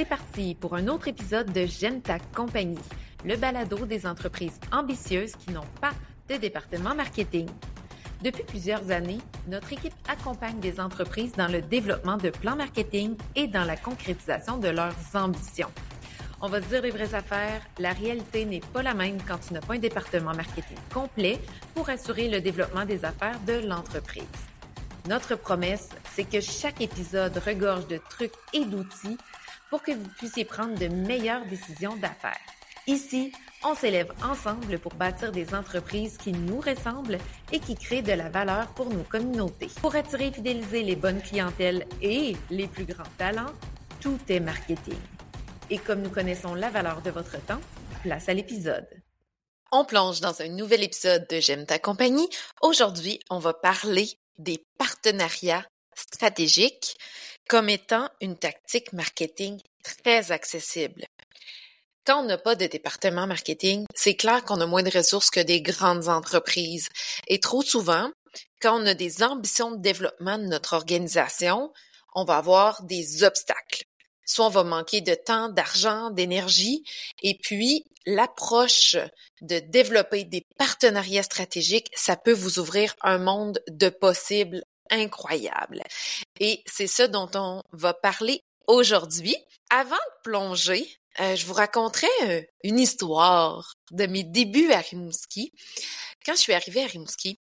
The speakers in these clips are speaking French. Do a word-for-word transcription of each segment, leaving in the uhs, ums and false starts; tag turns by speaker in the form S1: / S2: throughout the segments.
S1: C'est parti pour un autre épisode de J'aime ta compagnie, le balado des entreprises ambitieuses qui n'ont pas de département marketing. Depuis plusieurs années, notre équipe accompagne des entreprises dans le développement de plans marketing et dans la concrétisation de leurs ambitions. On va se dire les vraies affaires, la réalité n'est pas la même quand tu n'as pas un département marketing complet pour assurer le développement des affaires de l'entreprise. Notre promesse, c'est que chaque épisode regorge de trucs et d'outils pour que vous puissiez prendre de meilleures décisions d'affaires. Ici, on s'élève ensemble pour bâtir des entreprises qui nous ressemblent et qui créent de la valeur pour nos communautés. Pour attirer et fidéliser les bonnes clientèles et les plus grands talents, tout est marketing. Et comme nous connaissons la valeur de votre temps, place à l'épisode. On plonge dans un nouvel épisode de J'aime ta compagnie. Aujourd'hui, on va parler des partenariats stratégiques comme étant une tactique marketing très accessible. Quand on n'a pas de département marketing, c'est clair qu'on a moins de ressources que des grandes entreprises. Et trop souvent, quand on a des ambitions de développement de notre organisation, on va avoir des obstacles. Soit on va manquer de temps, d'argent, d'énergie, et puis l'approche de développer des partenariats stratégiques, ça peut vous ouvrir un monde de possibles incroyable. Et c'est ce dont on va parler aujourd'hui. Avant de plonger, euh, je vous raconterai euh, une histoire de mes débuts à Rimouski. Quand je suis arrivée à Rimouski,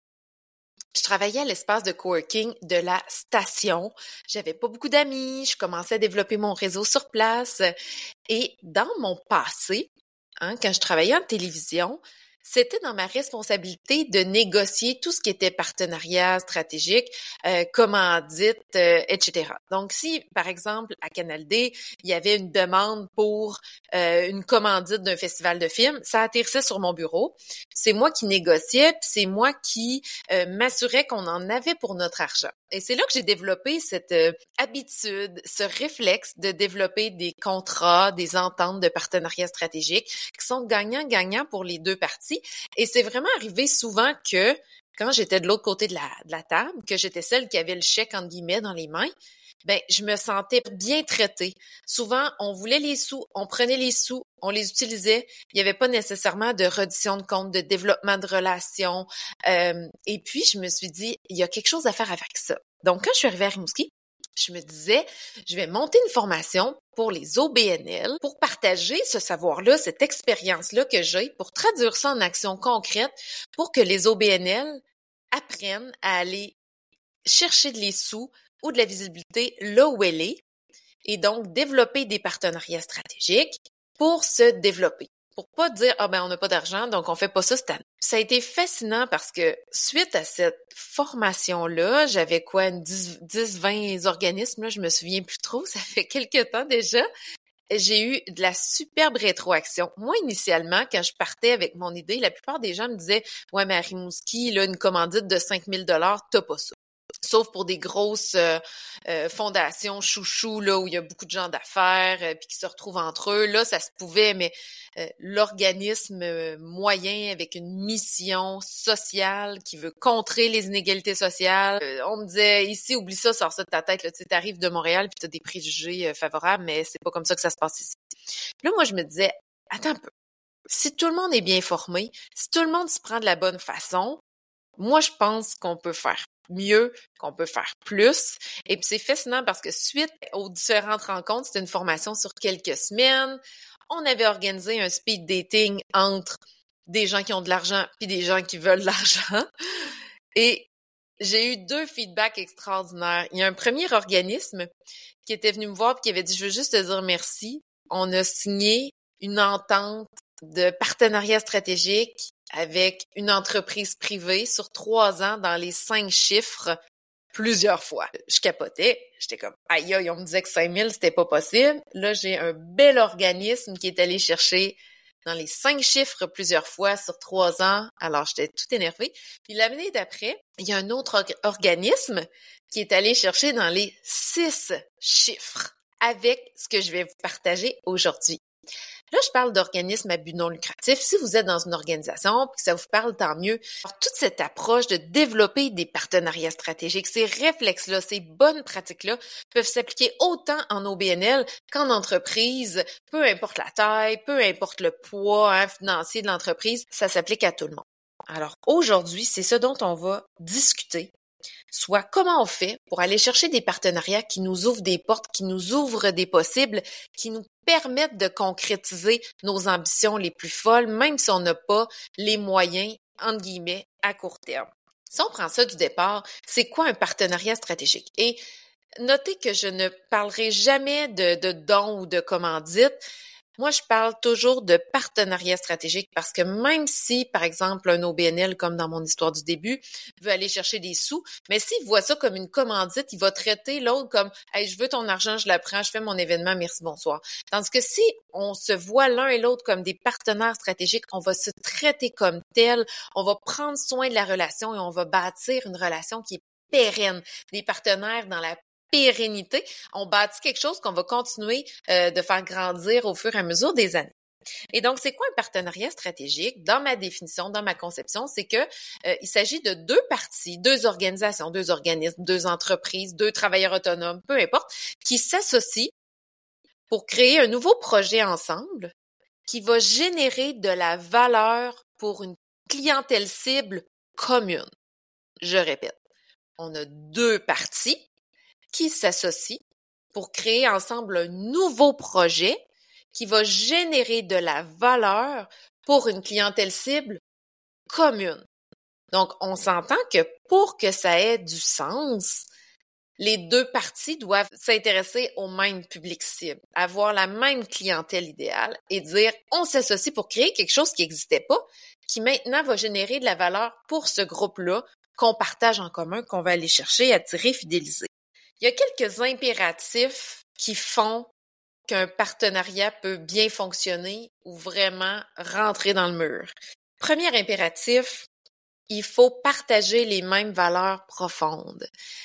S1: je travaillais à l'espace de coworking de la station. J'avais pas beaucoup d'amis, je commençais à développer mon réseau sur place. Et dans mon passé, hein, quand je travaillais en télévision, c'était dans ma responsabilité de négocier tout ce qui était partenariat stratégique, euh, commandite, euh, et cetera. Donc, si, par exemple, à Canal D, il y avait une demande pour euh, une commandite d'un festival de films, ça atterrissait sur mon bureau. C'est moi qui négociais, puis c'est moi qui euh, m'assurais qu'on en avait pour notre argent. Et c'est là que j'ai développé cette euh, habitude, ce réflexe de développer des contrats, des ententes de partenariat stratégique qui sont gagnants-gagnants pour les deux parties. Et c'est vraiment arrivé souvent que, quand j'étais de l'autre côté de la, de la table, que j'étais celle qui avait le chèque, entre guillemets, dans les mains, ben je me sentais bien traitée. Souvent, on voulait les sous, on prenait les sous, on les utilisait. Il n'y avait pas nécessairement de reddition de compte, de développement de relations. Euh, et puis, je me suis dit, il y a quelque chose à faire avec ça. Donc, quand je suis arrivée à Rimouski, je me disais, je vais monter une formation pour les O B N L, pour partager ce savoir-là, cette expérience-là que j'ai, pour traduire ça en actions concrètes, pour que les O B N L apprennent à aller chercher de les sous ou de la visibilité là où elle est, et donc développer des partenariats stratégiques pour se développer. Pour pas dire « Ah ben on n'a pas d'argent, donc on fait pas ça cette année ». Ça a été fascinant parce que suite à cette formation-là, j'avais quoi, une dix vingt organismes, là, je me souviens plus trop, ça fait quelques temps déjà. J'ai eu de la superbe rétroaction. Moi, initialement, quand je partais avec mon idée, la plupart des gens me disaient « Ouais, mais à Rimouski, là, une commandite de cinq mille dollars, t'as pas ça ». Sauf pour des grosses euh, euh, fondations chouchou, là, où il y a beaucoup de gens d'affaires euh, puis qui se retrouvent entre eux. Là, ça se pouvait, mais euh, l'organisme euh, moyen avec une mission sociale qui veut contrer les inégalités sociales, euh, on me disait, ici, oublie ça, sors ça de ta tête. Tu sais, t'arrives de Montréal puis t'as des préjugés euh, favorables, mais c'est pas comme ça que ça se passe ici. Là, moi, je me disais, attends un peu. Si tout le monde est bien formé, si tout le monde se prend de la bonne façon, moi, je pense qu'on peut faire mieux, qu'on peut faire plus. Et puis, c'est fascinant parce que suite aux différentes rencontres, c'était une formation sur quelques semaines. On avait organisé un speed dating entre des gens qui ont de l'argent puis des gens qui veulent de l'argent. Et j'ai eu deux feedbacks extraordinaires. Il y a un premier organisme qui était venu me voir et qui avait dit « Je veux juste te dire merci. On a signé une entente de partenariat stratégique avec une entreprise privée sur trois ans dans les cinq chiffres plusieurs fois. » Je capotais. J'étais comme, aïe, aïe, on me disait que cinq mille, c'était pas possible. Là, j'ai un bel organisme qui est allé chercher dans les cinq chiffres plusieurs fois sur trois ans. Alors, j'étais tout énervée. Puis l'année d'après, il y a un autre or- organisme qui est allé chercher dans les six chiffres avec ce que je vais vous partager aujourd'hui. Là, je parle d'organismes à but non lucratif. Si vous êtes dans une organisation et que ça vous parle, tant mieux. Alors, toute cette approche de développer des partenariats stratégiques, ces réflexes-là, ces bonnes pratiques-là peuvent s'appliquer autant en O B N L qu'en entreprise, peu importe la taille, peu importe le poids hein, financier de l'entreprise, ça s'applique à tout le monde. Alors, aujourd'hui, c'est ce dont on va discuter. Soit comment on fait pour aller chercher des partenariats qui nous ouvrent des portes, qui nous ouvrent des possibles, qui nous permettent de concrétiser nos ambitions les plus folles, même si on n'a pas les moyens, entre guillemets, à court terme. Si on prend ça du départ, c'est quoi un partenariat stratégique? Et notez que je ne parlerai jamais de, de dons ou de commandites. Moi, je parle toujours de partenariat stratégique parce que même si, par exemple, un O B N L, comme dans mon histoire du début, veut aller chercher des sous, mais s'il voit ça comme une commandite, il va traiter l'autre comme « Hey, je veux ton argent, je la prends, je fais mon événement, merci, bonsoir ». Tandis que si on se voit l'un et l'autre comme des partenaires stratégiques, on va se traiter comme tel, on va prendre soin de la relation et on va bâtir une relation qui est pérenne, des partenaires dans la pérennité, on bâtit quelque chose qu'on va continuer euh, de faire grandir au fur et à mesure des années. Et donc, c'est quoi un partenariat stratégique? Dans ma définition, dans ma conception, c'est que euh, il s'agit de deux parties, deux organisations, deux organismes, deux entreprises, deux travailleurs autonomes, peu importe, qui s'associent pour créer un nouveau projet ensemble qui va générer de la valeur pour une clientèle cible commune. Je répète, on a deux parties qui s'associent pour créer ensemble un nouveau projet qui va générer de la valeur pour une clientèle cible commune. Donc, on s'entend que pour que ça ait du sens, les deux parties doivent s'intéresser au même public cible, avoir la même clientèle idéale et dire on s'associe pour créer quelque chose qui n'existait pas, qui maintenant va générer de la valeur pour ce groupe-là qu'on partage en commun, qu'on va aller chercher, attirer, fidéliser. Il y a quelques impératifs qui font qu'un partenariat peut bien fonctionner ou vraiment rentrer dans le mur. Premier impératif, il faut partager les mêmes valeurs profondes.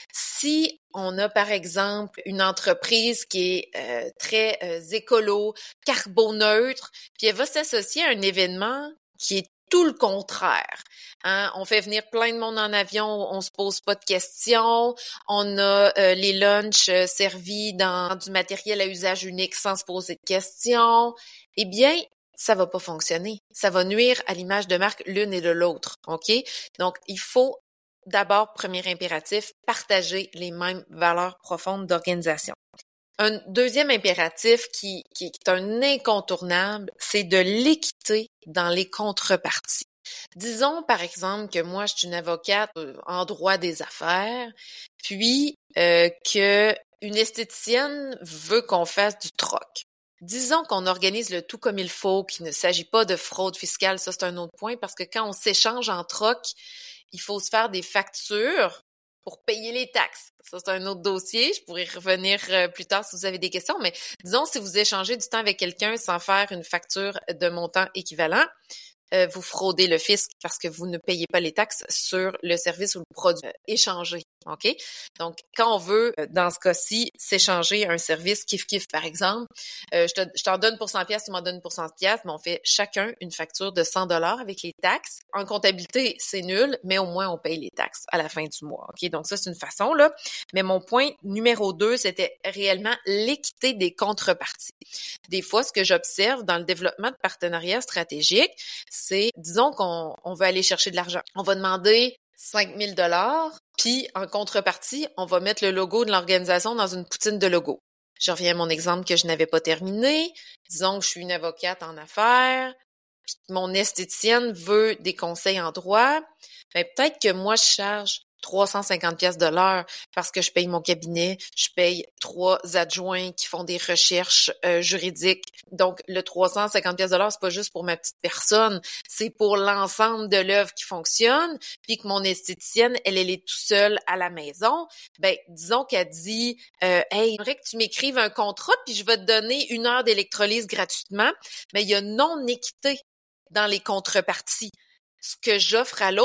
S1: Si on a, par exemple, une entreprise qui est euh, très euh, écolo, carboneutre, puis elle va s'associer à un événement qui est tout le contraire. Hein? On fait venir plein de monde en avion, on se pose pas de questions, on a euh, les lunchs euh, servis dans du matériel à usage unique sans se poser de questions. Eh bien, ça va pas fonctionner. Ça va nuire à l'image de marque l'une et de l'autre. OK? Donc, il faut d'abord, premier impératif, partager les mêmes valeurs profondes d'organisation. Un deuxième impératif qui, qui est un incontournable, c'est de l'équité dans les contreparties. Disons, par exemple, que moi, je suis une avocate en droit des affaires, puis euh, que une esthéticienne veut qu'on fasse du troc. Disons qu'on organise le tout comme il faut, qu'il ne s'agit pas de fraude fiscale, ça c'est un autre point, parce que quand on s'échange en troc, il faut se faire des factures pour payer les taxes. Ça, c'est un autre dossier. Je pourrais y revenir plus tard si vous avez des questions, mais disons, si vous échangez du temps avec quelqu'un sans faire une facture de montant équivalent, euh, vous fraudez le fisc parce que vous ne payez pas les taxes sur le service ou le produit échangé. OK? Donc, quand on veut, dans ce cas-ci, s'échanger un service kiff-kiff, par exemple, euh, je, te, je t'en donne pour cent piastres, tu m'en donnes pour cent piastres, mais on fait chacun une facture de cent dollars avec les taxes. En comptabilité, c'est nul, mais au moins, on paye les taxes à la fin du mois. OK? Donc, ça, c'est une façon, là. Mais mon point numéro deux, c'était réellement l'équité des contreparties. Des fois, ce que j'observe dans le développement de partenariats stratégiques, c'est, disons qu'on on veut aller chercher de l'argent. On va demander cinq mille dollars, puis en contrepartie, on va mettre le logo de l'organisation dans une poutine de logo. Je reviens à mon exemple que je n'avais pas terminé. Disons que je suis une avocate en affaires, puis mon esthéticienne veut des conseils en droit. Ben, peut-être que moi, je charge trois cent cinquante piastres de l'heure parce que je paye mon cabinet, je paye trois adjoints qui font des recherches euh, juridiques. Donc, le trois cent cinquante piastres de l'heure, c'est pas juste pour ma petite personne, c'est pour l'ensemble de l'œuvre qui fonctionne, puis que mon esthéticienne, elle, elle est tout seule à la maison. Ben, disons qu'elle dit euh, « Hey, j'aimerais que tu m'écrives un contrat, puis je vais te donner une heure d'électrolyse gratuitement. » Mais il y a non-équité dans les contreparties. Ce que j'offre à l'autre,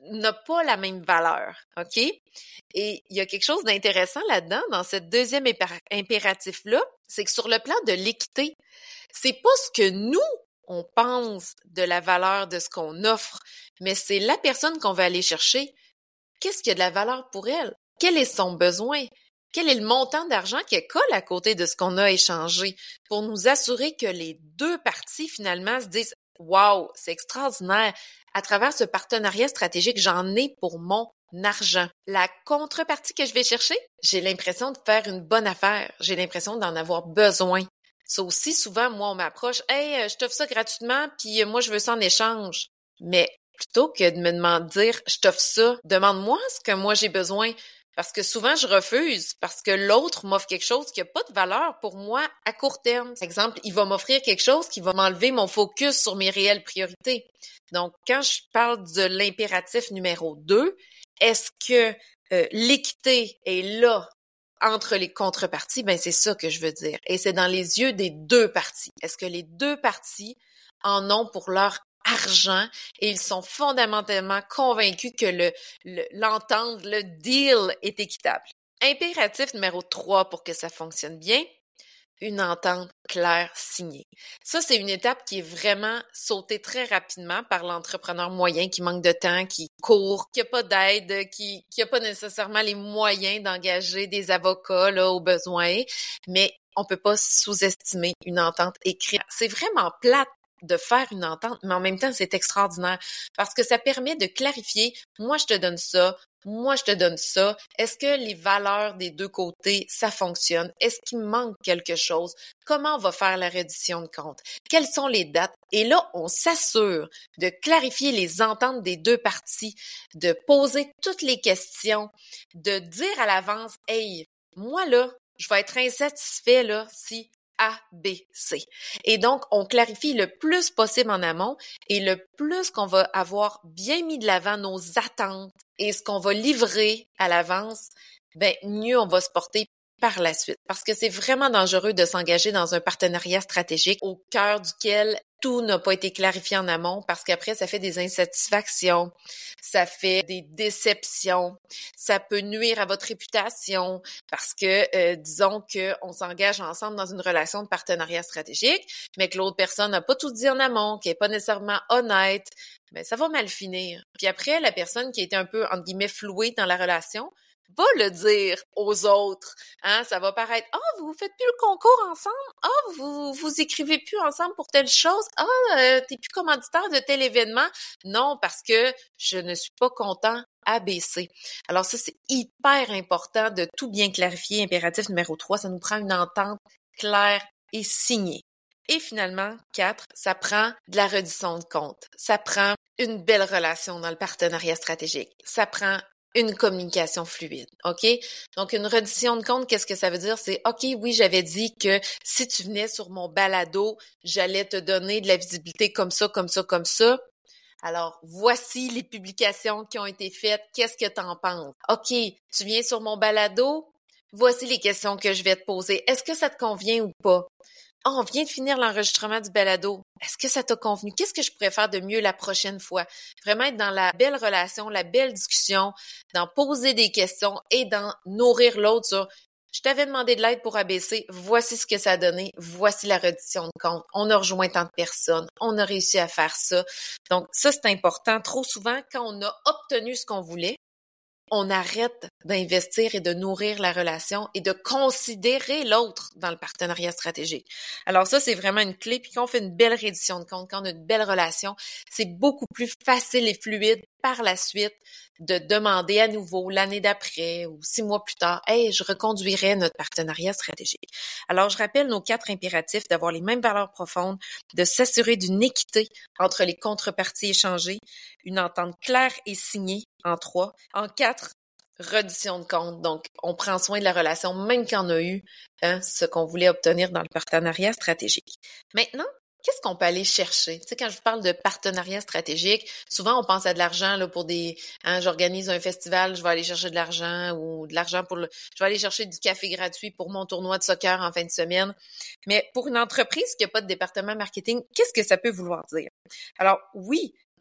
S1: n'a pas la même valeur, OK? Et il y a quelque chose d'intéressant là-dedans, dans ce deuxième impératif-là, c'est que sur le plan de l'équité, c'est pas ce que nous, on pense de la valeur de ce qu'on offre, mais c'est la personne qu'on va aller chercher. Qu'est-ce qui a de la valeur pour elle? Quel est son besoin? Quel est le montant d'argent qui colle à côté de ce qu'on a échangé pour nous assurer que les deux parties, finalement, se disent « Wow, c'est extraordinaire! À travers ce partenariat stratégique, j'en ai pour mon argent. » La contrepartie que je vais chercher, j'ai l'impression de faire une bonne affaire. J'ai l'impression d'en avoir besoin. Ça aussi, souvent, moi, on m'approche « Hey, je t'offre ça gratuitement, puis moi, je veux ça en échange. » Mais plutôt que de me demander « Je t'offre ça, demande-moi ce que moi j'ai besoin. » Parce que souvent, je refuse parce que l'autre m'offre quelque chose qui n'a pas de valeur pour moi à court terme. Par exemple, il va m'offrir quelque chose qui va m'enlever mon focus sur mes réelles priorités. Donc, quand je parle de l'impératif numéro deux, est-ce que euh, l'équité est là entre les contreparties? Ben, c'est ça que je veux dire. Et c'est dans les yeux des deux parties. Est-ce que les deux parties en ont pour leur argent et ils sont fondamentalement convaincus que le, le, l'entente, le deal est équitable. Impératif numéro trois pour que ça fonctionne bien, une entente claire signée. Ça, c'est une étape qui est vraiment sautée très rapidement par l'entrepreneur moyen qui manque de temps, qui court, qui n'a pas d'aide, qui qui n'a pas nécessairement les moyens d'engager des avocats là, au besoin, mais on peut pas sous-estimer une entente écrite. C'est vraiment plate de faire une entente, mais en même temps, c'est extraordinaire parce que ça permet de clarifier, moi, je te donne ça, moi, je te donne ça. Est-ce que les valeurs des deux côtés, ça fonctionne? Est-ce qu'il manque quelque chose? Comment on va faire la reddition de compte? Quelles sont les dates? Et là, on s'assure de clarifier les ententes des deux parties, de poser toutes les questions, de dire à l'avance, « Hey, moi, là, je vais être insatisfait, là, si A, B, C. » Et donc, on clarifie le plus possible en amont et le plus qu'on va avoir bien mis de l'avant nos attentes et ce qu'on va livrer à l'avance, ben mieux on va se porter par la suite. Parce que c'est vraiment dangereux de s'engager dans un partenariat stratégique au cœur duquel tout n'a pas été clarifié en amont parce qu'après, ça fait des insatisfactions, ça fait des déceptions, ça peut nuire à votre réputation parce que, euh, disons qu'on s'engage ensemble dans une relation de partenariat stratégique, mais que l'autre personne n'a pas tout dit en amont, qui n'est pas nécessairement honnête, ben ça va mal finir. Puis après, la personne qui a été un peu, entre guillemets, flouée dans la relation, va le dire aux autres. Hein? Ça va paraître « Ah, oh, vous faites plus le concours ensemble? Ah, oh, vous vous écrivez plus ensemble pour telle chose? Ah, oh, euh, t'es plus commanditaire de tel événement? » Non, parce que je ne suis pas content A B C. Alors ça, c'est hyper important de tout bien clarifier. Impératif numéro trois, ça nous prend une entente claire et signée. Et finalement, quatre, ça prend de la reddition de compte. Ça prend une belle relation dans le partenariat stratégique. Ça prend une communication fluide, OK? Donc, une reddition de compte, qu'est-ce que ça veut dire? C'est, OK, oui, j'avais dit que si tu venais sur mon balado, j'allais te donner de la visibilité comme ça, comme ça, comme ça. Alors, voici les publications qui ont été faites. Qu'est-ce que tu en penses? OK, tu viens sur mon balado? Voici les questions que je vais te poser. Est-ce que ça te convient ou pas? « Oh, on vient de finir l'enregistrement du balado. Est-ce que ça t'a convenu? Qu'est-ce que je pourrais faire de mieux la prochaine fois? » Vraiment être dans la belle relation, la belle discussion, d'en poser des questions et d'en nourrir l'autre sur « Je t'avais demandé de l'aide pour A B C, voici ce que ça a donné, voici la reddition de compte. On a rejoint tant de personnes, on a réussi à faire ça. » Donc ça, c'est important. Trop souvent, quand on a obtenu ce qu'on voulait, on arrête d'investir et de nourrir la relation et de considérer l'autre dans le partenariat stratégique. Alors ça, c'est vraiment une clé. Puis quand on fait une belle reddition de compte, quand on a une belle relation, c'est beaucoup plus facile et fluide par la suite de demander à nouveau l'année d'après ou six mois plus tard, « Hey, je reconduirais notre partenariat stratégique. » Alors, je rappelle nos quatre impératifs, d'avoir les mêmes valeurs profondes, de s'assurer d'une équité entre les contreparties échangées, une entente claire et signée en trois. En quatre, reddition de compte. Donc, on prend soin de la relation, même quand on a eu hein, ce qu'on voulait obtenir dans le partenariat stratégique. Maintenant, qu'est-ce qu'on peut aller chercher? Tu sais, quand je vous parle de partenariat stratégique, souvent on pense à de l'argent là pour des. Hein, j'organise un festival, je vais aller chercher de l'argent ou de l'argent pour le. Je vais aller chercher du café gratuit pour mon tournoi de soccer en fin de semaine. Mais pour une entreprise qui n'a pas de département marketing, qu'est-ce que ça peut vouloir dire? Alors, oui,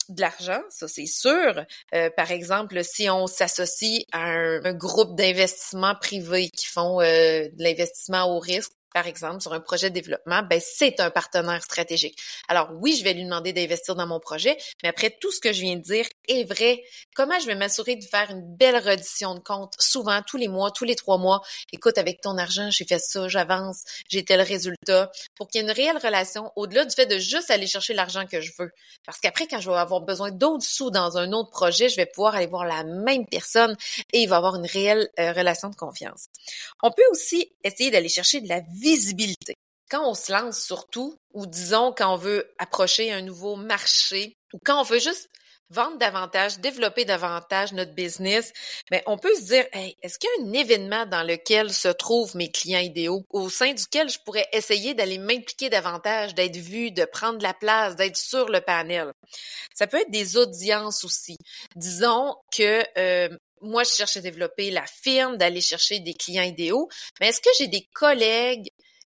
S1: de l'argent, ça c'est sûr. Euh, par exemple, si on s'associe à un, un groupe d'investissement privé qui font euh, de l'investissement au risque, par exemple, sur un projet de développement, ben c'est un partenaire stratégique. Alors oui, je vais lui demander d'investir dans mon projet, mais après tout ce que je viens de dire est vrai. Comment je vais m'assurer de faire une belle reddition de compte, souvent, tous les mois, tous les trois mois? Écoute, avec ton argent, j'ai fait ça, j'avance, j'ai tel résultat, pour qu'il y ait une réelle relation, au-delà du fait de juste aller chercher l'argent que je veux. Parce qu'après, quand je vais avoir besoin d'autres sous dans un autre projet, je vais pouvoir aller voir la même personne et il va y avoir une réelle euh, relation de confiance. On peut aussi essayer d'aller chercher de la visibilité. Quand on se lance surtout, ou disons quand on veut approcher un nouveau marché, ou quand on veut juste vendre davantage, développer davantage notre business, ben on peut se dire, hey, est-ce qu'il y a un événement dans lequel se trouvent mes clients idéaux, au sein duquel je pourrais essayer d'aller m'impliquer davantage, d'être vu, de prendre la place, d'être sur le panel? Ça peut être des audiences aussi. Disons que euh, moi, je cherche à développer la firme, d'aller chercher des clients idéaux, mais est-ce que j'ai des collègues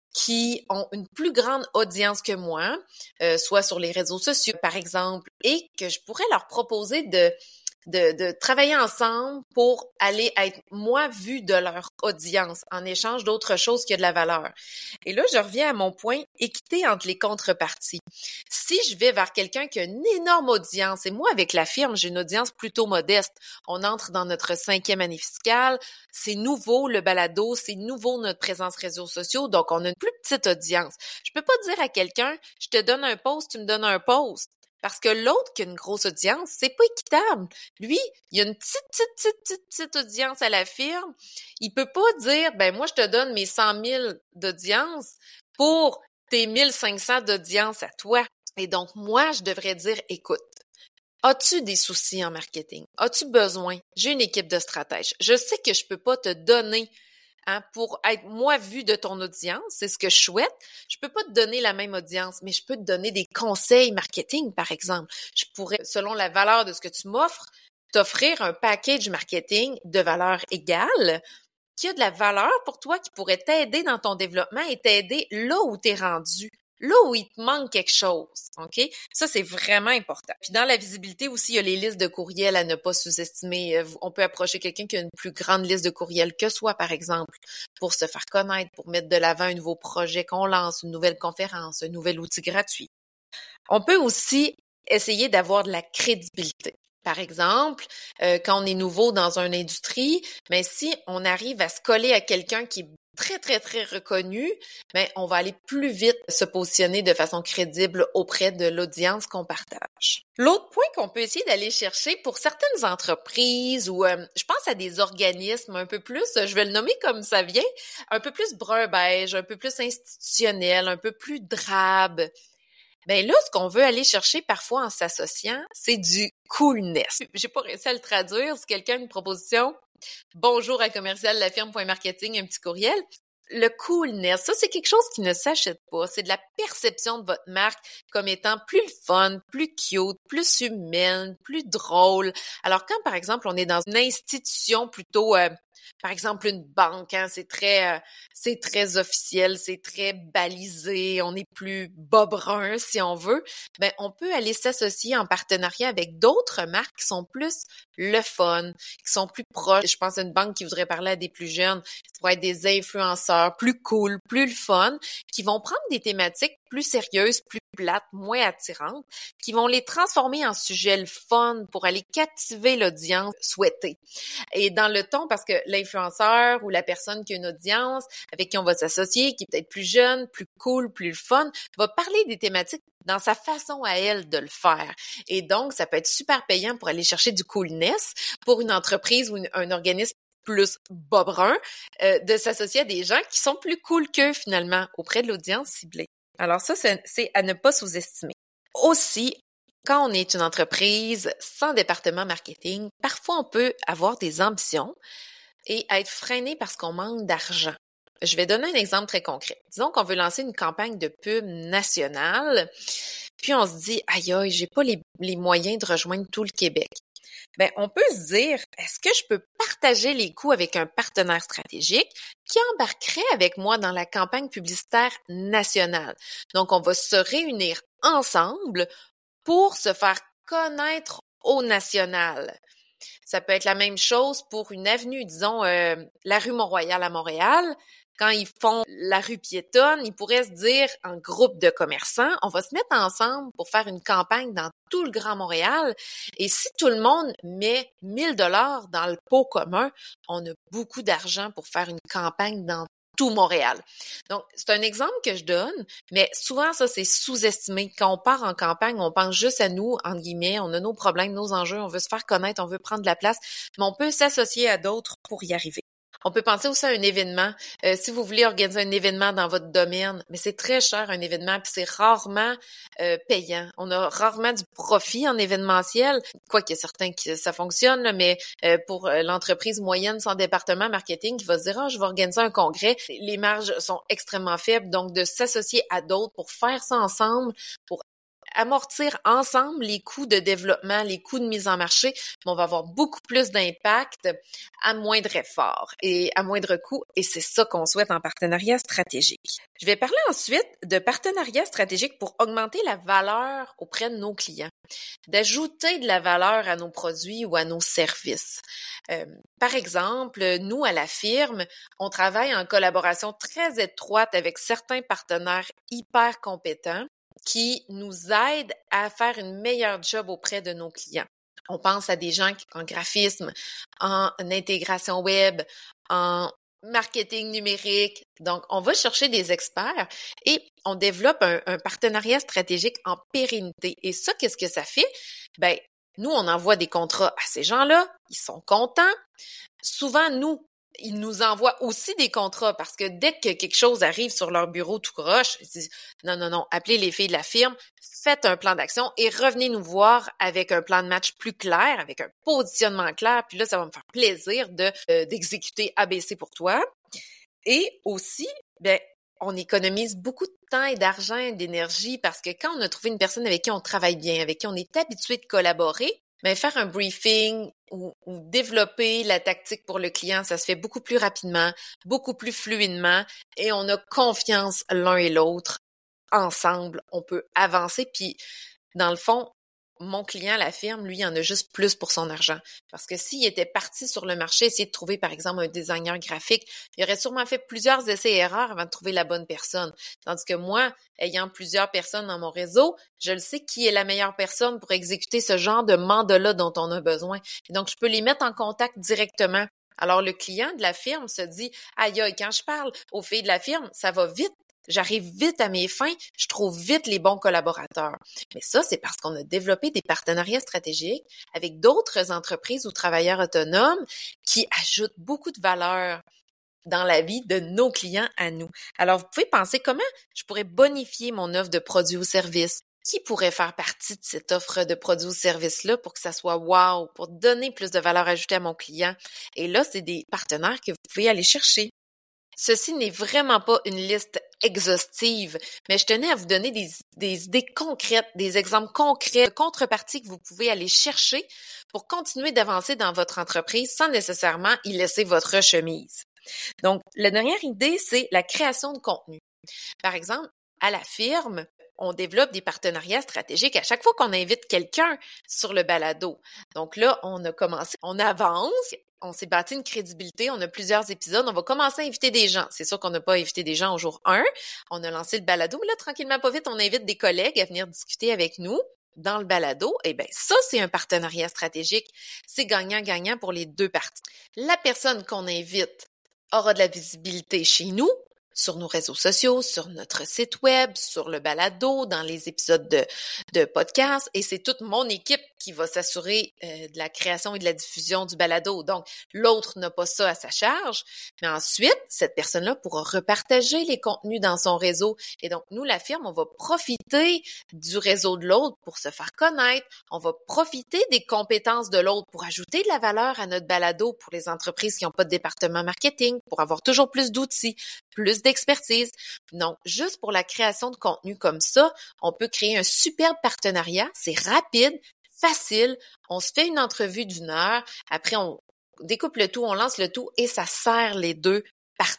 S1: qui ont une plus grande audience que moi, euh, soit sur les réseaux sociaux, par exemple, et que je pourrais leur proposer de, de, de travailler ensemble pour aller être, moi, vue de leur audience en échange d'autres choses qui ont de la valeur. Et là, je reviens à mon point, équité entre les contreparties. Si je vais vers quelqu'un qui a une énorme audience, et moi, avec la firme, j'ai une audience plutôt modeste, on entre dans notre cinquième année fiscale, c'est nouveau le balado, c'est nouveau notre présence réseaux sociaux, donc on a une plus petite audience. Je peux pas dire à quelqu'un, je te donne un post, tu me donnes un post. Parce que l'autre qui a une grosse audience, c'est pas équitable. Lui, il a une petite, petite, petite, petite, petite audience à la firme. Il peut pas dire, ben moi, je te donne mes cent mille d'audience pour tes mille cinq cents d'audience à toi. Et donc, moi, je devrais dire, écoute, as-tu des soucis en marketing? As-tu besoin? J'ai une équipe de stratèges. Je sais que je peux pas te donner Hein, pour être, moi, vue de ton audience, c'est ce que je souhaite. Je peux pas te donner la même audience, mais je peux te donner des conseils marketing, par exemple. Je pourrais, selon la valeur de ce que tu m'offres, t'offrir un package marketing de valeur égale qui a de la valeur pour toi, qui pourrait t'aider dans ton développement et t'aider là où tu es rendu. Là où il te manque quelque chose, OK? Ça, c'est vraiment important. Puis dans la visibilité aussi, il y a les listes de courriels à ne pas sous-estimer. On peut approcher quelqu'un qui a une plus grande liste de courriels que soi, par exemple, pour se faire connaître, pour mettre de l'avant un nouveau projet qu'on lance, une nouvelle conférence, un nouvel outil gratuit. On peut aussi essayer d'avoir de la crédibilité. Par exemple, euh, quand on est nouveau dans une industrie, mais si on arrive à se coller à quelqu'un qui est très, très, très reconnu, mais on va aller plus vite se positionner de façon crédible auprès de l'audience qu'on partage. L'autre point qu'on peut essayer d'aller chercher pour certaines entreprises ou euh, je pense à des organismes un peu plus, je vais le nommer comme ça vient, un peu plus brun-beige, un peu plus institutionnel, un peu plus drabe. Ben là, ce qu'on veut aller chercher parfois en s'associant, c'est du coolness. J'ai pas réussi à le traduire. Si quelqu'un a une proposition, bonjour à commercial lafirme.marketing, un petit courriel. Le coolness, ça, c'est quelque chose qui ne s'achète pas. C'est de la perception de votre marque comme étant plus fun, plus cute, plus humaine, plus drôle. Alors, quand, par exemple, on est dans une institution plutôt... Euh, Par exemple, une banque, hein, c'est très, euh, c'est très officiel, c'est très balisé, on est plus bas brun si on veut. Ben, on peut aller s'associer en partenariat avec d'autres marques qui sont plus le fun, qui sont plus proches. Je pense à une banque qui voudrait parler à des plus jeunes, ça pourrait être des influenceurs plus cool, plus le fun, qui vont prendre des thématiques plus sérieuses, plus plates, moins attirantes, qui vont les transformer en sujets le fun pour aller captiver l'audience souhaitée. Et dans le ton, parce que l'influenceur ou la personne qui a une audience avec qui on va s'associer, qui est peut-être plus jeune, plus cool, plus le fun, va parler des thématiques dans sa façon à elle de le faire. Et donc, ça peut être super payant pour aller chercher du coolness pour une entreprise ou une, un organisme plus bas brun, euh, de s'associer à des gens qui sont plus cool qu'eux finalement auprès de l'audience ciblée. Alors ça, c'est, c'est à ne pas sous-estimer. Aussi, quand on est une entreprise sans département marketing, parfois on peut avoir des ambitions et être freiné parce qu'on manque d'argent. Je vais donner un exemple très concret. Disons qu'on veut lancer une campagne de pub nationale, puis on se dit « Aïe, aïe, j'ai pas les, les moyens de rejoindre tout le Québec. » Ben, on peut se dire, est-ce que je peux partager les coûts avec un partenaire stratégique qui embarquerait avec moi dans la campagne publicitaire nationale? Donc, on va se réunir ensemble pour se faire connaître au national. Ça peut être la même chose pour une avenue, disons euh, la rue Mont-Royal à Montréal. Quand ils font la rue piétonne, ils pourraient se dire en groupe de commerçants, on va se mettre ensemble pour faire une campagne dans tout le Grand Montréal. Et si tout le monde met mille dollars dans le pot commun, on a beaucoup d'argent pour faire une campagne dans tout Montréal. Donc, c'est un exemple que je donne, mais souvent, ça, c'est sous-estimé. Quand on part en campagne, on pense juste à nous, entre guillemets, on a nos problèmes, nos enjeux, on veut se faire connaître, on veut prendre de la place, mais on peut s'associer à d'autres pour y arriver. On peut penser aussi à un événement. Euh, si vous voulez organiser un événement dans votre domaine, mais c'est très cher un événement, puis c'est rarement euh, payant. On a rarement du profit en événementiel, quoi qu'il y a certains qui ça fonctionne, là, mais euh, pour l'entreprise moyenne sans département marketing qui va se dire « Ah, je vais organiser un congrès », les marges sont extrêmement faibles, donc de s'associer à d'autres pour faire ça ensemble, pour amortir ensemble les coûts de développement, les coûts de mise en marché, mais on va avoir beaucoup plus d'impact à moindre effort et à moindre coût, et c'est ça qu'on souhaite en partenariat stratégique. Je vais parler ensuite de partenariat stratégique pour augmenter la valeur auprès de nos clients, d'ajouter de la valeur à nos produits ou à nos services. Euh, par exemple, nous, à la firme, on travaille en collaboration très étroite avec certains partenaires hyper compétents qui nous aident à faire une meilleure job auprès de nos clients. On pense à des gens en graphisme, en intégration web, en marketing numérique. Donc, on va chercher des experts et on développe un, un partenariat stratégique en pérennité. Et ça, qu'est-ce que ça fait? Ben, nous, on envoie des contrats à ces gens-là, ils sont contents. Souvent, nous, ils nous envoient aussi des contrats parce que dès que quelque chose arrive sur leur bureau tout croche, ils disent non, non, non, appelez les filles de la firme, faites un plan d'action et revenez nous voir avec un plan de match plus clair, avec un positionnement clair. Puis là, ça va me faire plaisir de euh, d'exécuter A B C pour toi. Et aussi, ben, on économise beaucoup de temps et d'argent et d'énergie parce que quand on a trouvé une personne avec qui on travaille bien, avec qui on est habitué de collaborer, mais faire un briefing ou, ou développer la tactique pour le client, ça se fait beaucoup plus rapidement, beaucoup plus fluidement et on a confiance l'un et l'autre. Ensemble, on peut avancer. Puis, dans le fond, mon client, la firme, lui, il en a juste plus pour son argent. Parce que s'il était parti sur le marché, essayer de trouver, par exemple, un designer graphique, il aurait sûrement fait plusieurs essais et erreurs avant de trouver la bonne personne. Tandis que moi, ayant plusieurs personnes dans mon réseau, je le sais qui est la meilleure personne pour exécuter ce genre de mandat-là dont on a besoin. Et donc, je peux les mettre en contact directement. Alors, le client de la firme se dit « Aïe, aïe, quand je parle aux filles de la firme, ça va vite. J'arrive vite à mes fins, je trouve vite les bons collaborateurs. » Mais ça, c'est parce qu'on a développé des partenariats stratégiques avec d'autres entreprises ou travailleurs autonomes qui ajoutent beaucoup de valeur dans la vie de nos clients à nous. Alors, vous pouvez penser comment je pourrais bonifier mon offre de produits ou services. Qui pourrait faire partie de cette offre de produits ou services-là pour que ça soit wow, pour donner plus de valeur ajoutée à mon client? Et là, c'est des partenaires que vous pouvez aller chercher. Ceci n'est vraiment pas une liste exhaustive, mais je tenais à vous donner des, des idées concrètes, des exemples concrets de contreparties que vous pouvez aller chercher pour continuer d'avancer dans votre entreprise sans nécessairement y laisser votre chemise. Donc, la dernière idée, c'est la création de contenu. Par exemple, à la firme, on développe des partenariats stratégiques à chaque fois qu'on invite quelqu'un sur le balado. Donc là, on a commencé, on avance, on s'est bâti une crédibilité, on a plusieurs épisodes, on va commencer à inviter des gens. C'est sûr qu'on n'a pas invité des gens au jour un, on a lancé le balado, mais là, tranquillement, pas vite, on invite des collègues à venir discuter avec nous dans le balado. Eh bien, ça, c'est un partenariat stratégique. C'est gagnant-gagnant pour les deux parties. La personne qu'on invite aura de la visibilité chez nous, sur nos réseaux sociaux, sur notre site web, sur le balado, dans les épisodes de, de podcast. Et c'est toute mon équipe qui va s'assurer euh, de la création et de la diffusion du balado. Donc, l'autre n'a pas ça à sa charge. Mais ensuite, cette personne-là pourra repartager les contenus dans son réseau. Et donc, nous, la firme, on va profiter du réseau de l'autre pour se faire connaître. On va profiter des compétences de l'autre pour ajouter de la valeur à notre balado pour les entreprises qui n'ont pas de département marketing, pour avoir toujours plus d'outils, plus d'expertise. Donc, juste pour la création de contenu comme ça, on peut créer un superbe partenariat. C'est rapide, facile. On se fait une entrevue d'une heure. Après, on découpe le tout, on lance le tout et ça sert les deux parties.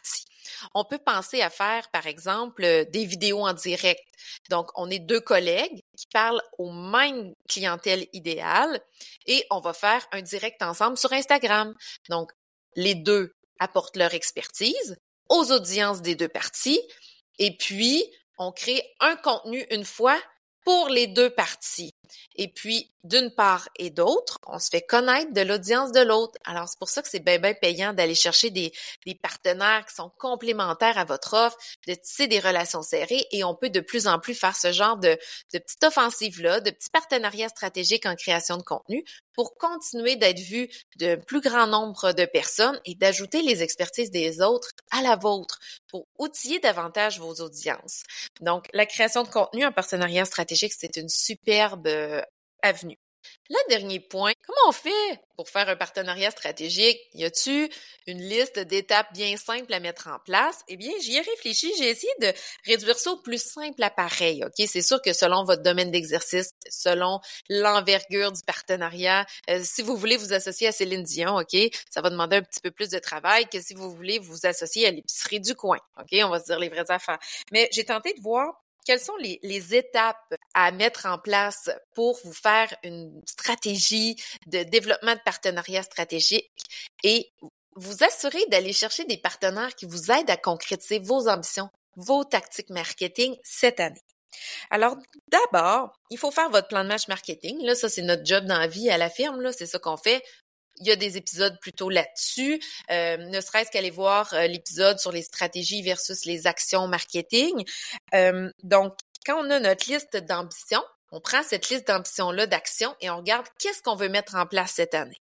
S1: On peut penser à faire, par exemple, des vidéos en direct. Donc, on est deux collègues qui parlent aux mêmes clientèles idéales et on va faire un direct ensemble sur Instagram. Donc, les deux apportent leur expertise aux audiences des deux parties et puis on crée un contenu une fois pour les deux parties. Et puis, d'une part et d'autre, on se fait connaître de l'audience de l'autre. Alors, c'est pour ça que c'est bien, bien payant d'aller chercher des, des partenaires qui sont complémentaires à votre offre, de tisser des relations serrées et on peut de plus en plus faire ce genre de, de petite offensive-là, de petits partenariats stratégiques en création de contenu pour continuer d'être vu de plus grand nombre de personnes et d'ajouter les expertises des autres à la vôtre pour outiller davantage vos audiences. Donc, la création de contenu en partenariat stratégique, c'est une superbe euh, avenue. Le dernier point, comment on fait pour faire un partenariat stratégique? Y a-t-il une liste d'étapes bien simples à mettre en place? Eh bien, j'y ai réfléchi, j'ai essayé de réduire ça au plus simple appareil, OK? C'est sûr que selon votre domaine d'exercice, selon l'envergure du partenariat, euh, si vous voulez vous associer à Céline Dion, OK, ça va demander un petit peu plus de travail que si vous voulez vous associer à l'épicerie du coin, OK? On va se dire les vraies affaires. Mais j'ai tenté de voir quelles sont les, les étapes à mettre en place pour vous faire une stratégie de développement de partenariat stratégique et vous assurer d'aller chercher des partenaires qui vous aident à concrétiser vos ambitions, vos tactiques marketing cette année. Alors, d'abord, il faut faire votre plan de match marketing. Là, ça, c'est notre job dans la vie à la firme, là, c'est ça qu'on fait. Il y a des épisodes plutôt là-dessus, euh, ne serait-ce qu'aller voir euh, l'épisode sur les stratégies versus les actions marketing. Euh, donc, quand on a notre liste d'ambitions, on prend cette liste d'ambitions-là d'actions et on regarde qu'est-ce qu'on veut mettre en place cette année.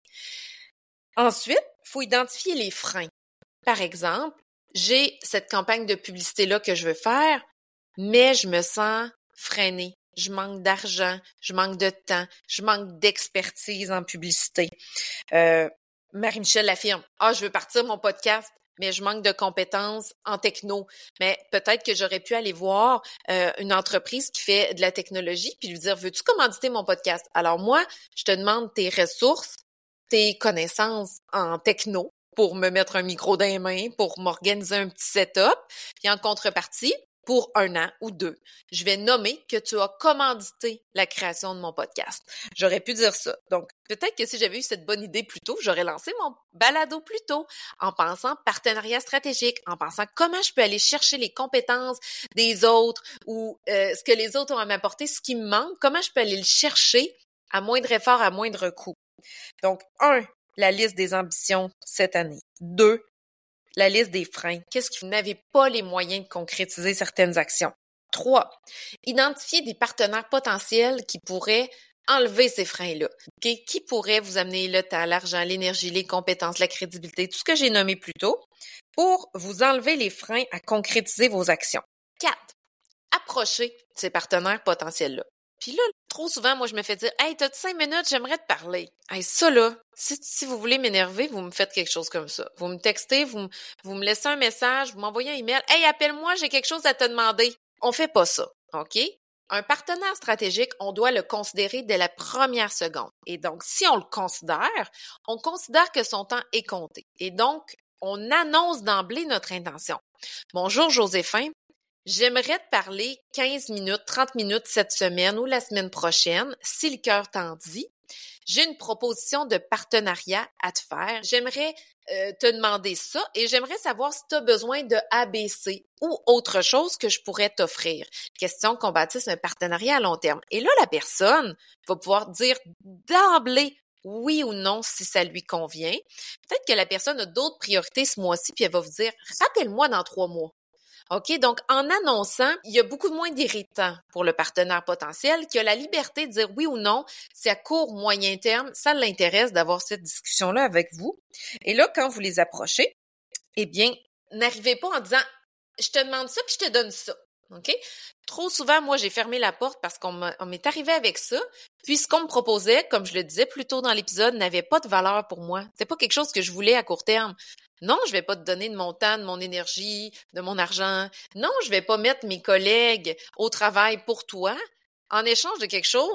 S1: Ensuite, il faut identifier les freins. Par exemple, j'ai cette campagne de publicité-là que je veux faire, mais je me sens freinée. Je manque d'argent, je manque de temps, je manque d'expertise en publicité. Euh, Marie-Michel l'affirme, « Ah, je veux partir mon podcast, mais je manque de compétences en techno. » Mais peut-être que j'aurais pu aller voir euh, une entreprise qui fait de la technologie puis lui dire, « Veux-tu commanditer mon podcast? » Alors moi, je te demande tes ressources, tes connaissances en techno pour me mettre un micro dans les mains, pour m'organiser un petit setup. Puis en contrepartie, pour un an ou deux, je vais nommer que tu as commandité la création de mon podcast. J'aurais pu dire ça. Donc, peut-être que si j'avais eu cette bonne idée plus tôt, j'aurais lancé mon balado plus tôt en pensant partenariat stratégique, en pensant comment je peux aller chercher les compétences des autres ou euh, ce que les autres ont à m'apporter, ce qui me manque, comment je peux aller le chercher à moindre effort, à moindre coût. Donc, un, la liste des ambitions cette année. Deux, la liste des freins. Qu'est-ce que vous n'avez pas les moyens de concrétiser certaines actions? Trois, identifier des partenaires potentiels qui pourraient enlever ces freins-là. Okay? Qui pourrait vous amener le temps, l'argent, l'énergie, les compétences, la crédibilité, tout ce que j'ai nommé plus tôt, pour vous enlever les freins à concrétiser vos actions. Quatre, approcher ces partenaires potentiels-là. Puis là, trop souvent, moi, je me fais dire « Hey, t'as cinq minutes, j'aimerais te parler. » Hey, ça là, si, si vous voulez m'énerver, vous me faites quelque chose comme ça. Vous me textez, vous, vous me laissez un message, vous m'envoyez un email. « Hey, appelle-moi, j'ai quelque chose à te demander. » On fait pas ça, OK? Un partenaire stratégique, on doit le considérer dès la première seconde. Et donc, si on le considère, on considère que son temps est compté. Et donc, on annonce d'emblée notre intention. « Bonjour, Joséphin. J'aimerais te parler quinze minutes, trente minutes cette semaine ou la semaine prochaine, si le cœur t'en dit. J'ai une proposition de partenariat à te faire. J'aimerais euh, te demander ça et j'aimerais savoir si tu as besoin de A B C ou autre chose que je pourrais t'offrir. Question qu'on bâtisse un partenariat à long terme. » Et là, la personne va pouvoir dire d'emblée oui ou non si ça lui convient. Peut-être que la personne a d'autres priorités ce mois-ci puis elle va vous dire « Rappelle-moi dans trois mois. » OK? Donc, en annonçant, il y a beaucoup moins d'irritants pour le partenaire potentiel qui a la liberté de dire oui ou non, si à court, moyen terme, ça l'intéresse d'avoir cette discussion-là avec vous. Et là, quand vous les approchez, eh bien, n'arrivez pas en disant « Je te demande ça puis je te donne ça. » OK? Trop souvent, moi, j'ai fermé la porte parce qu'on m'est arrivé avec ça. Puis, ce qu'on me proposait, comme je le disais plus tôt dans l'épisode, n'avait pas de valeur pour moi. C'est pas quelque chose que je voulais à court terme. Non, je vais pas te donner de mon temps, de mon énergie, de mon argent. Non, je vais pas mettre mes collègues au travail pour toi en échange de quelque chose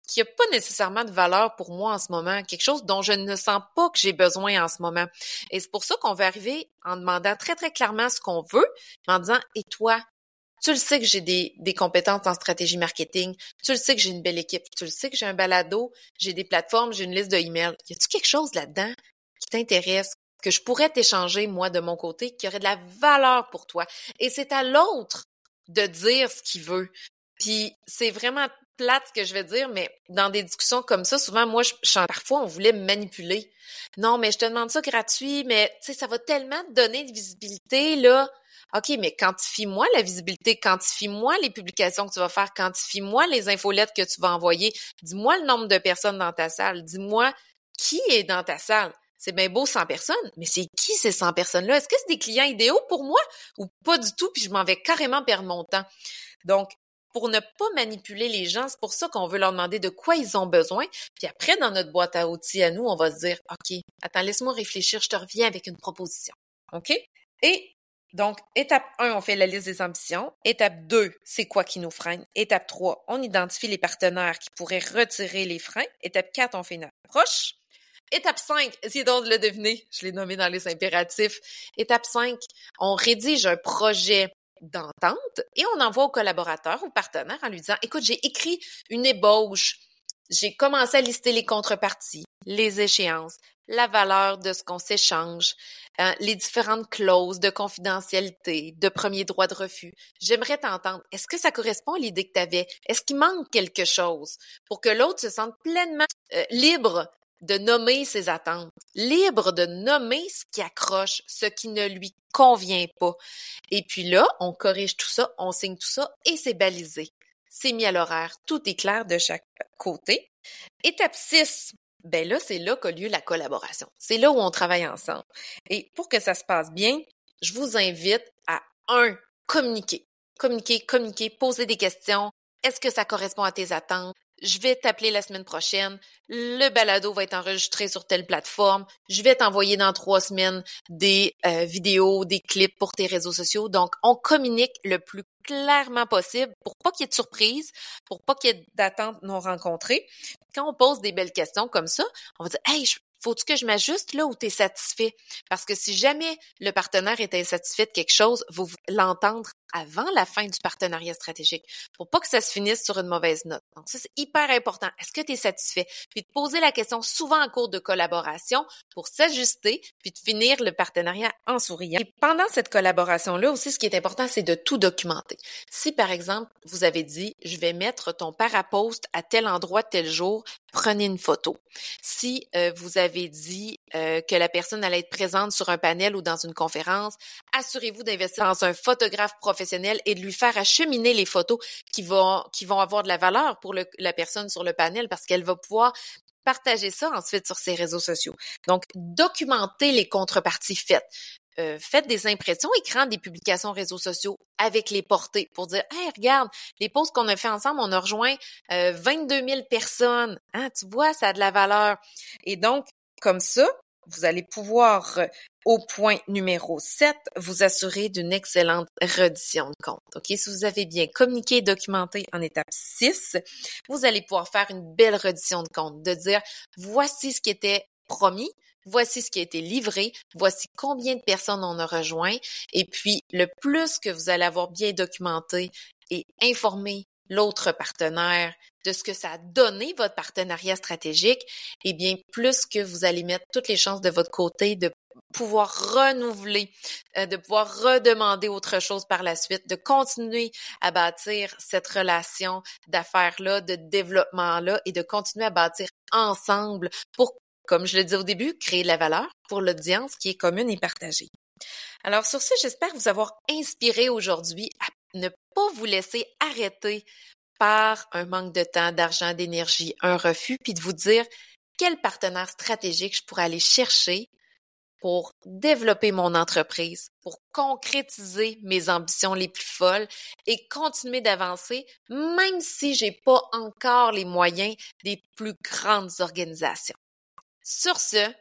S1: qui n'a pas nécessairement de valeur pour moi en ce moment, quelque chose dont je ne sens pas que j'ai besoin en ce moment. Et c'est pour ça qu'on veut arriver en demandant très, très clairement ce qu'on veut, en disant « Et toi, tu le sais que j'ai des, des compétences en stratégie marketing, tu le sais que j'ai une belle équipe, tu le sais que j'ai un balado, j'ai des plateformes, j'ai une liste de emails. Y a-tu quelque chose là-dedans qui t'intéresse, que je pourrais t'échanger, moi, de mon côté, qui aurait de la valeur pour toi? » Et c'est à l'autre de dire ce qu'il veut. Puis c'est vraiment plate ce que je vais dire, mais dans des discussions comme ça, souvent, moi, je, je parfois, on voulait me manipuler. Non, mais je te demande ça gratuit, mais tu sais, ça va tellement te donner de visibilité, là. OK, mais quantifie-moi la visibilité, quantifie-moi les publications que tu vas faire, quantifie-moi les infolettes que tu vas envoyer. Dis-moi le nombre de personnes dans ta salle. Dis-moi qui est dans ta salle. C'est bien beau cent personnes, mais c'est qui ces cent personnes-là? Est-ce que c'est des clients idéaux pour moi ou pas du tout? Puis je m'en vais carrément perdre mon temps. Donc, pour ne pas manipuler les gens, c'est pour ça qu'on veut leur demander de quoi ils ont besoin. Puis après, dans notre boîte à outils à nous, on va se dire, OK, attends, laisse-moi réfléchir, je te reviens avec une proposition. OK? Et donc, étape un, on fait la liste des ambitions. Étape deux, c'est quoi qui nous freine? Étape trois, on identifie les partenaires qui pourraient retirer les freins. Étape quatre, on fait une approche. Étape cinq, essayez donc de le deviner, je l'ai nommé dans les impératifs. Étape cinq, on rédige un projet d'entente et on envoie au collaborateur, au partenaire en lui disant « Écoute, j'ai écrit une ébauche, j'ai commencé à lister les contreparties, les échéances, la valeur de ce qu'on s'échange, euh, les différentes clauses de confidentialité, de premier droit de refus. J'aimerais t'entendre. Est-ce que ça correspond à l'idée que tu avais? Est-ce qu'il manque quelque chose pour que l'autre se sente pleinement euh, libre de nommer ses attentes, libre de nommer ce qui accroche, ce qui ne lui convient pas. Et puis là, on corrige tout ça, on signe tout ça et c'est balisé. C'est mis à l'horaire, tout est clair de chaque côté. Étape six, ben là, c'est là qu'a lieu la collaboration. C'est là où on travaille ensemble. Et pour que ça se passe bien, je vous invite à, un, communiquer. Communiquer, communiquer, poser des questions. Est-ce que ça correspond à tes attentes? Je vais t'appeler la semaine prochaine, le balado va être enregistré sur telle plateforme, je vais t'envoyer dans trois semaines des euh, vidéos, des clips pour tes réseaux sociaux. Donc, on communique le plus clairement possible pour pas qu'il y ait de surprise, pour pas qu'il y ait d'attentes non rencontrées. Quand on pose des belles questions comme ça, on va dire « Hey, je faut-tu que je m'ajuste là ou tu es satisfait? » Parce que si jamais le partenaire est insatisfait de quelque chose, vous l'entendre avant la fin du partenariat stratégique pour pas que ça se finisse sur une mauvaise note. Donc ça, c'est hyper important. Est-ce que tu es satisfait? Puis de poser la question souvent en cours de collaboration pour s'ajuster puis de finir le partenariat en souriant. Et pendant cette collaboration-là aussi, ce qui est important, c'est de tout documenter. Si par exemple, vous avez dit « Je vais mettre ton parapost à tel endroit, tel jour », prenez une photo. Si euh, vous avez dit euh, que la personne allait être présente sur un panel ou dans une conférence, assurez-vous d'investir dans un photographe professionnel et de lui faire acheminer les photos qui vont qui vont avoir de la valeur pour le, la personne sur le panel parce qu'elle va pouvoir partager ça ensuite sur ses réseaux sociaux. Donc, documentez les contreparties faites. Euh, faites des impressions, écran des publications réseaux sociaux avec les portées pour dire « Hey, regarde, les posts qu'on a fait ensemble, on a rejoint euh, vingt-deux mille personnes. Hein, tu vois, ça a de la valeur. » Et donc, comme ça, vous allez pouvoir, euh, au point numéro sept, vous assurer d'une excellente reddition de compte. OK? Si vous avez bien communiqué et documenté en étape six, vous allez pouvoir faire une belle reddition de compte, de dire « Voici ce qui était promis. » Voici ce qui a été livré, voici combien de personnes on a rejoint et puis le plus que vous allez avoir bien documenté et informé l'autre partenaire de ce que ça a donné votre partenariat stratégique, eh bien plus que vous allez mettre toutes les chances de votre côté de pouvoir renouveler, euh, de pouvoir redemander autre chose par la suite, de continuer à bâtir cette relation d'affaires-là, de développement-là et de continuer à bâtir ensemble pour, comme je le dis au début, créer de la valeur pour l'audience qui est commune et partagée. Alors sur ce, j'espère vous avoir inspiré aujourd'hui à ne pas vous laisser arrêter par un manque de temps, d'argent, d'énergie, un refus, puis de vous dire quel partenaire stratégique je pourrais aller chercher pour développer mon entreprise, pour concrétiser mes ambitions les plus folles et continuer d'avancer, même si j'ai pas encore les moyens des plus grandes organisations. Sur ce,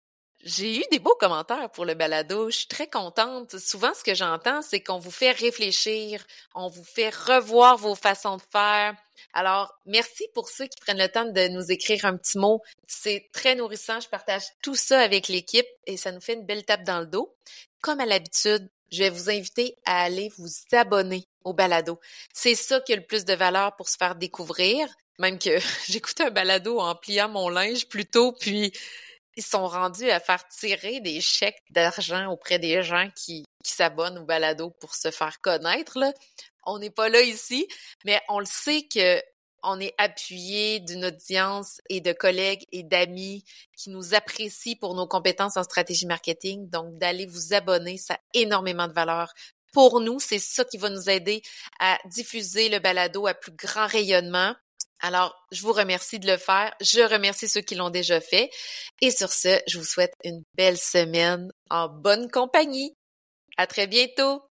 S1: j'ai eu des beaux commentaires pour le balado. Je suis très contente. Souvent, ce que j'entends, c'est qu'on vous fait réfléchir, on vous fait revoir vos façons de faire. Alors, merci pour ceux qui prennent le temps de nous écrire un petit mot. C'est très nourrissant. Je partage tout ça avec l'équipe et ça nous fait une belle tape dans le dos. Comme à l'habitude, je vais vous inviter à aller vous abonner au balado. C'est ça qui a le plus de valeur pour se faire découvrir. Même que j'écoutais un balado en pliant mon linge plus tôt, puis ils sont rendus à faire tirer des chèques d'argent auprès des gens qui, qui s'abonnent au balado pour se faire connaître, là. On n'est pas là ici, mais on le sait que on est appuyé d'une audience et de collègues et d'amis qui nous apprécient pour nos compétences en stratégie marketing. Donc, d'aller vous abonner, ça a énormément de valeur. Pour nous, c'est ça qui va nous aider à diffuser le balado à plus grand rayonnement. Alors, je vous remercie de le faire. Je remercie ceux qui l'ont déjà fait. Et sur ce, je vous souhaite une belle semaine en bonne compagnie. À très bientôt!